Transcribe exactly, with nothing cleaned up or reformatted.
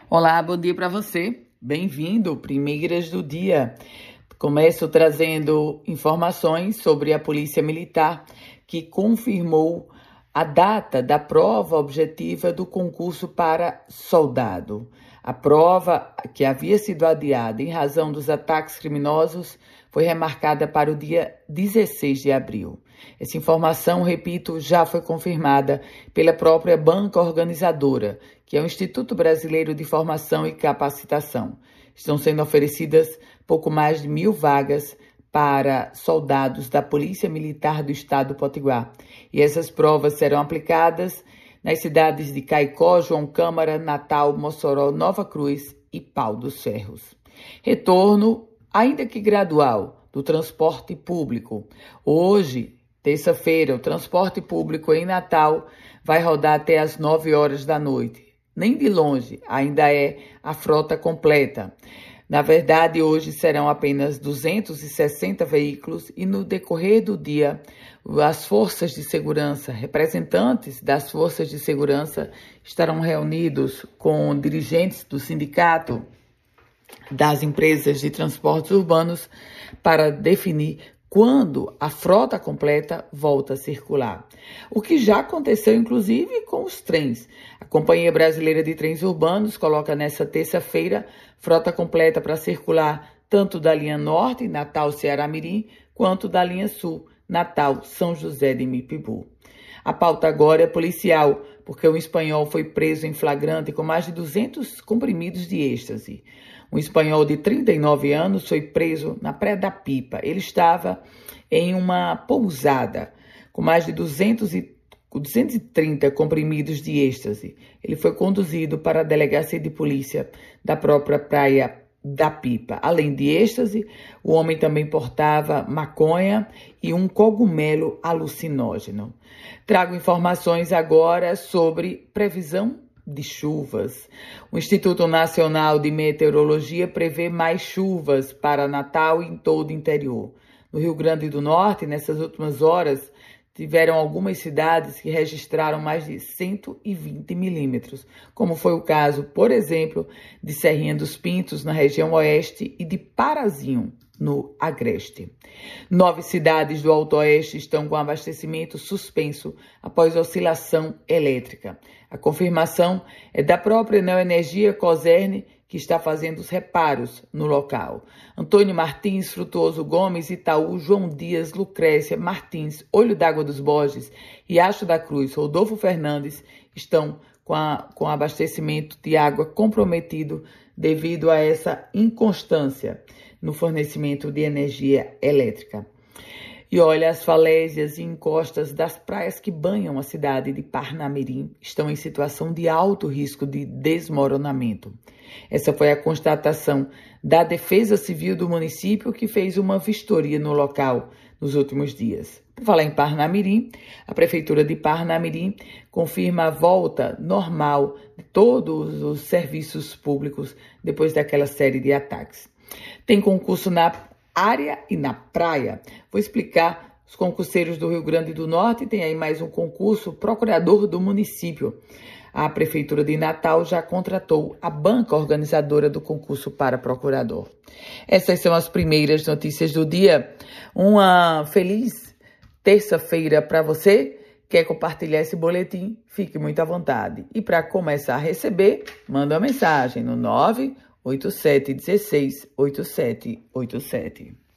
Olá, bom dia para você. Bem-vindo, Primeiras do Dia. Começo trazendo informações sobre a Polícia Militar, que confirmou a data da prova objetiva do concurso para soldado. A prova, que havia sido adiada em razão dos ataques criminosos, foi remarcada para o dia dezesseis de abril. Essa informação, repito, já foi confirmada pela própria banca organizadora, que é o Instituto Brasileiro de Formação e Capacitação. Estão sendo oferecidas pouco mais de mil vagas para soldados da Polícia Militar do Estado do Potiguar. E essas provas serão aplicadas nas cidades de Caicó, João Câmara, Natal, Mossoró, Nova Cruz e Pau dos Ferros. Retorno, ainda que gradual, do transporte público. Hoje, terça-feira, o transporte público em Natal vai rodar até às nove horas da noite. Nem de longe, ainda é a frota completa. Na verdade, hoje serão apenas duzentos e sessenta veículos e no decorrer do dia, as forças de segurança, representantes das forças de segurança estarão reunidos com dirigentes do sindicato das empresas de transportes urbanos para definir quando a frota completa volta a circular. O que já aconteceu, inclusive, com os trens. A Companhia Brasileira de Trens Urbanos coloca nessa terça-feira frota completa para circular tanto da linha Norte, Natal-Ceará-Mirim, quanto da linha Sul, Natal-São José de Mipibu. A pauta agora é policial, porque um espanhol foi preso em flagrante com mais de duzentos comprimidos de êxtase. Um espanhol de trinta e nove anos foi preso na Praia da Pipa. Ele estava em uma pousada com mais de duzentos e trinta comprimidos de êxtase. Ele foi conduzido para a delegacia de polícia da própria Praia da Pipa. Além de êxtase, o homem também portava maconha e um cogumelo alucinógeno. Trago informações agora sobre previsão de chuvas. O Instituto Nacional de Meteorologia prevê mais chuvas para Natal e em todo o interior. No Rio Grande do Norte, nessas últimas horas, tiveram algumas cidades que registraram mais de cento e vinte milímetros, como foi o caso, por exemplo, de Serrinha dos Pintos, na região oeste, e de Parazinho, no Agreste. Nove cidades do Alto Oeste estão com abastecimento suspenso após oscilação elétrica. A confirmação é da própria Neoenergia Coserne, que está fazendo os reparos no local. Antônio Martins, Frutuoso Gomes, Itaú, João Dias, Lucrécia, Martins, Olho d'Água dos Borges, Riacho da Cruz, Rodolfo Fernandes estão com, a, com abastecimento de água comprometido devido a essa inconstância no fornecimento de energia elétrica. E olha, as falésias e encostas das praias que banham a cidade de Parnamirim estão em situação de alto risco de desmoronamento. Essa foi a constatação da Defesa Civil do município, que fez uma vistoria no local nos últimos dias. Por falar em Parnamirim, a Prefeitura de Parnamirim confirma a volta normal de todos os serviços públicos depois daquela série de ataques. Tem concurso na área e na praia. Vou explicar. Os concurseiros do Rio Grande do Norte têm aí mais um concurso, procurador do município. A Prefeitura de Natal já contratou a banca organizadora do concurso para procurador. Essas são as primeiras notícias do dia. Uma feliz terça-feira para você. Quer compartilhar esse boletim? Fique muito à vontade. E para começar a receber, manda uma mensagem no nove oito sete um seis oito sete oito sete.